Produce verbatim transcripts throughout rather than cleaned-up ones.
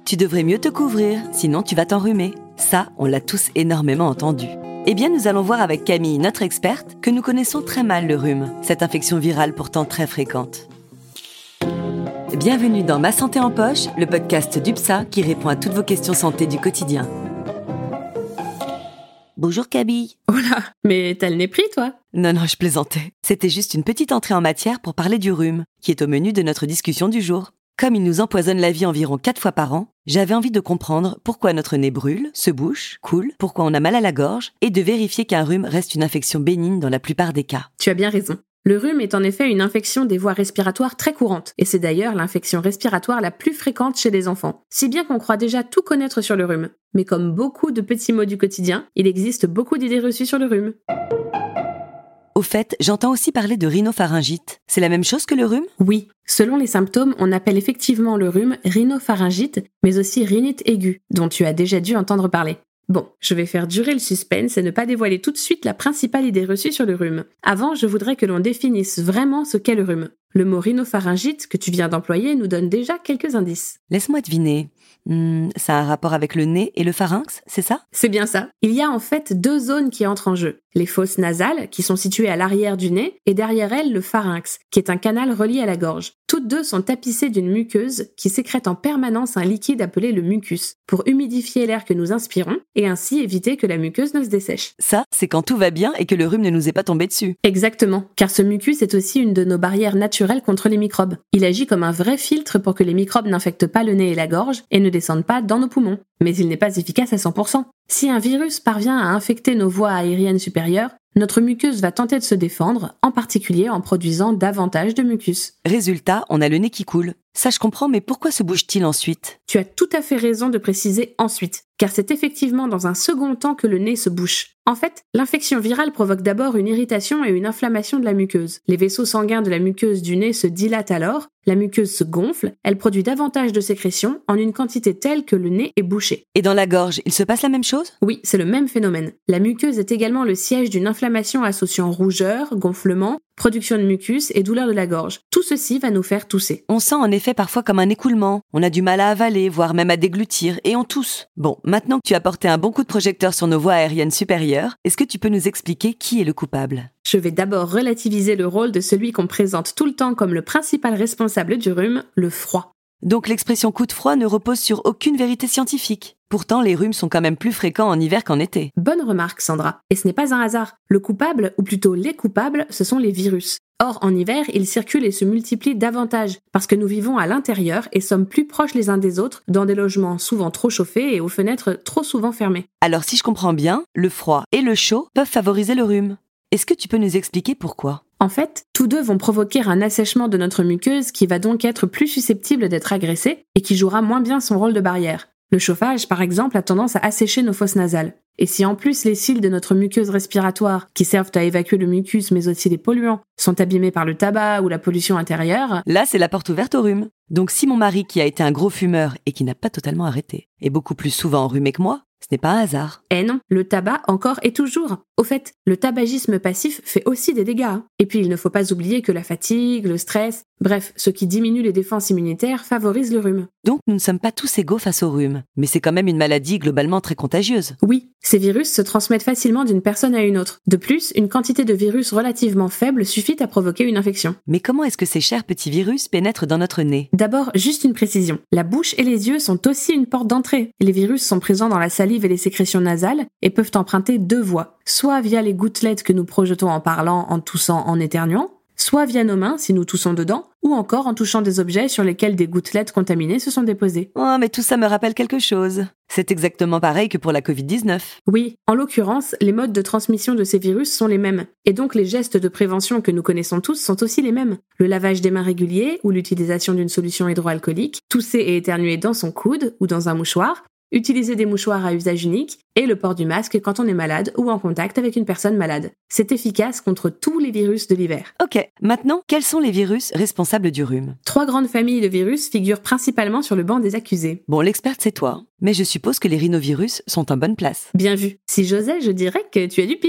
tu devrais mieux te couvrir, sinon tu vas t'enrhumer. Ça, on l'a tous énormément entendu. Eh bien, nous allons voir avec Camille, notre experte, que nous connaissons très mal le rhume, cette infection virale pourtant très fréquente. Bienvenue dans Ma Santé en Poche, le podcast d'U P S A qui répond à toutes vos questions santé du quotidien. Bonjour Camille. Oh là, mais t'as le nez pris toi ? Non, non, je plaisantais. C'était juste une petite entrée en matière pour parler du rhume, qui est au menu de notre discussion du jour. Comme il nous empoisonne la vie environ quatre fois par an, j'avais envie de comprendre pourquoi notre nez brûle, se bouche, coule, pourquoi on a mal à la gorge, et de vérifier qu'un rhume reste une infection bénigne dans la plupart des cas. Tu as bien raison. Le rhume est en effet une infection des voies respiratoires très courante, et c'est d'ailleurs l'infection respiratoire la plus fréquente chez les enfants, si bien qu'on croit déjà tout connaître sur le rhume. Mais comme beaucoup de petits mots du quotidien, il existe beaucoup d'idées reçues sur le rhume. Au fait, j'entends aussi parler de rhinopharyngite. C'est la même chose que le rhume ? Oui, selon les symptômes, on appelle effectivement le rhume rhinopharyngite, mais aussi rhinite aiguë, dont tu as déjà dû entendre parler. Bon, je vais faire durer le suspense et ne pas dévoiler tout de suite la principale idée reçue sur le rhume. Avant, je voudrais que l'on définisse vraiment ce qu'est le rhume. Le mot rhinopharyngite que tu viens d'employer nous donne déjà quelques indices. Laisse-moi deviner. Hmm, ça a un rapport avec le nez et le pharynx, c'est ça ? C'est bien ça. Il y a en fait deux zones qui entrent en jeu. Les fosses nasales, qui sont situées à l'arrière du nez, et derrière elles, le pharynx, qui est un canal relié à la gorge. Toutes deux sont tapissées d'une muqueuse qui sécrète en permanence un liquide appelé le mucus, pour humidifier l'air que nous inspirons, et ainsi éviter que la muqueuse ne se dessèche. Ça, c'est quand tout va bien et que le rhume ne nous est pas tombé dessus. Exactement, car ce mucus est aussi une de nos barrières naturelles contre les microbes. Il agit comme un vrai filtre pour que les microbes n'infectent pas le nez et la gorge, et ne descendent pas dans nos poumons. Mais il n'est pas efficace à cent pour cent. Si un virus parvient à infecter nos voies aériennes supérieures, notre muqueuse va tenter de se défendre, en particulier en produisant davantage de mucus. Résultat, on a le nez qui coule. Ça, je comprends, mais pourquoi se bouge-t-il ensuite ? Tu as tout à fait raison de préciser ensuite, car c'est effectivement dans un second temps que le nez se bouche. En fait, l'infection virale provoque d'abord une irritation et une inflammation de la muqueuse. Les vaisseaux sanguins de la muqueuse du nez se dilatent alors, la muqueuse se gonfle, elle produit davantage de sécrétions en une quantité telle que le nez est bouché. Et dans la gorge, il se passe la même chose ? Oui, c'est le même phénomène. La muqueuse est également le siège d'une inflammation associant rougeur, gonflement, production de mucus et douleur de la gorge. Tout ceci va nous faire tousser. On sent en effet parfois comme un écoulement. On a du mal à avaler, voire même à déglutir, et on tousse. Bon, maintenant que tu as porté un bon coup de projecteur sur nos voies aériennes supérieures, est-ce que tu peux nous expliquer qui est le coupable ? Je vais d'abord relativiser le rôle de celui qu'on présente tout le temps comme le principal responsable du rhume, le froid. Donc l'expression coup de froid ne repose sur aucune vérité scientifique. Pourtant, les rhumes sont quand même plus fréquents en hiver qu'en été. Bonne remarque, Sandra. Et ce n'est pas un hasard. Le coupable, ou plutôt les coupables, ce sont les virus. Or, en hiver, ils circulent et se multiplient davantage, parce que nous vivons à l'intérieur et sommes plus proches les uns des autres, dans des logements souvent trop chauffés et aux fenêtres trop souvent fermées. Alors si je comprends bien, le froid et le chaud peuvent favoriser le rhume. Est-ce que tu peux nous expliquer pourquoi ? En fait, tous deux vont provoquer un assèchement de notre muqueuse qui va donc être plus susceptible d'être agressée et qui jouera moins bien son rôle de barrière. Le chauffage, par exemple, a tendance à assécher nos fosses nasales. Et si en plus les cils de notre muqueuse respiratoire, qui servent à évacuer le mucus mais aussi les polluants, sont abîmés par le tabac ou la pollution intérieure... Là, c'est la porte ouverte au rhume. Donc si mon mari, qui a été un gros fumeur et qui n'a pas totalement arrêté, est beaucoup plus souvent enrhumé que moi, ce n'est pas un hasard. Eh non, le tabac encore et toujours. Au fait, le tabagisme passif fait aussi des dégâts. Hein. Et puis il ne faut pas oublier que la fatigue, le stress, bref, ce qui diminue les défenses immunitaires favorise le rhume. Donc nous ne sommes pas tous égaux face au rhume, mais c'est quand même une maladie globalement très contagieuse. Oui, ces virus se transmettent facilement d'une personne à une autre. De plus, une quantité de virus relativement faible suffit à provoquer une infection. Mais comment est-ce que ces chers petits virus pénètrent dans notre nez ? D'abord, juste une précision. La bouche et les yeux sont aussi une porte d'entrée. Les virus sont présents dans la salive et les sécrétions nasales et peuvent emprunter deux voies. Soit via les gouttelettes que nous projetons en parlant, en toussant, en éternuant, soit via nos mains si nous toussons dedans, ou encore en touchant des objets sur lesquels des gouttelettes contaminées se sont déposées. Oh, mais tout ça me rappelle quelque chose. C'est exactement pareil que pour la covid dix-neuf. Oui, en l'occurrence, les modes de transmission de ces virus sont les mêmes. Et donc les gestes de prévention que nous connaissons tous sont aussi les mêmes. Le lavage des mains régulier ou l'utilisation d'une solution hydroalcoolique, tousser et éternuer dans son coude ou dans un mouchoir, utiliser des mouchoirs à usage unique et le port du masque quand on est malade ou en contact avec une personne malade. C'est efficace contre tous les virus de l'hiver. Ok, maintenant, quels sont les virus responsables du rhume ? Trois grandes familles de virus figurent principalement sur le banc des accusés. Bon, l'experte c'est toi, mais je suppose que les rhinovirus sont en bonne place. Bien vu. Si j'osais, je dirais que tu as du pif.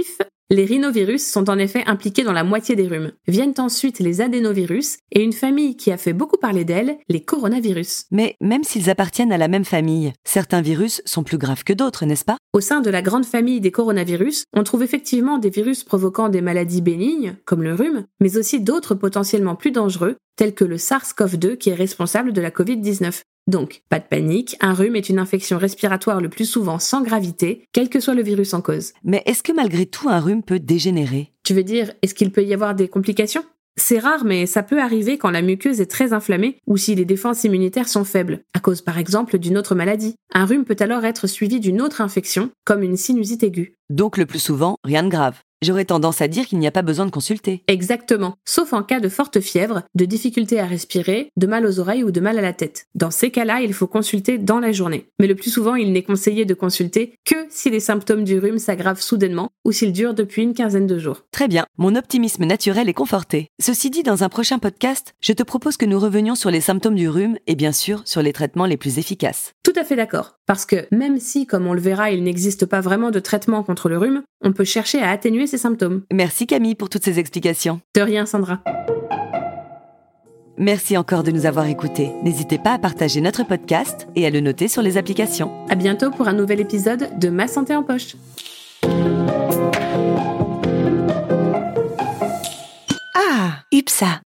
Les rhinovirus sont en effet impliqués dans la moitié des rhumes. Viennent ensuite les adénovirus et une famille qui a fait beaucoup parler d'elle, les coronavirus. Mais même s'ils appartiennent à la même famille, certains virus sont plus graves que d'autres, n'est-ce pas ? Au sein de la grande famille des coronavirus, on trouve effectivement des virus provoquant des maladies bénignes, comme le rhume, mais aussi d'autres potentiellement plus dangereux, tels que le SARS-C o V deux qui est responsable de la covid dix-neuf. Donc, pas de panique, un rhume est une infection respiratoire le plus souvent sans gravité, quel que soit le virus en cause. Mais est-ce que malgré tout un rhume peut dégénérer ? Tu veux dire, est-ce qu'il peut y avoir des complications ? C'est rare, mais ça peut arriver quand la muqueuse est très inflammée ou si les défenses immunitaires sont faibles, à cause par exemple d'une autre maladie. Un rhume peut alors être suivi d'une autre infection, comme une sinusite aiguë. Donc le plus souvent, rien de grave. J'aurais tendance à dire qu'il n'y a pas besoin de consulter. Exactement, sauf en cas de forte fièvre, de difficulté à respirer, de mal aux oreilles ou de mal à la tête. Dans ces cas-là, il faut consulter dans la journée. Mais le plus souvent, il n'est conseillé de consulter que si les symptômes du rhume s'aggravent soudainement ou s'ils durent depuis une quinzaine de jours. Très bien, mon optimisme naturel est conforté. Ceci dit, dans un prochain podcast, je te propose que nous revenions sur les symptômes du rhume et bien sûr sur les traitements les plus efficaces. Tout à fait d'accord, parce que même si, comme on le verra, il n'existe pas vraiment de traitement contre le rhume, on peut chercher à atténuer ces symptômes. Merci Camille pour toutes ces explications. De rien Sandra. Merci encore de nous avoir écoutés. N'hésitez pas à partager notre podcast et à le noter sur les applications. À bientôt pour un nouvel épisode de Ma Santé en Poche. Ah, U P S A.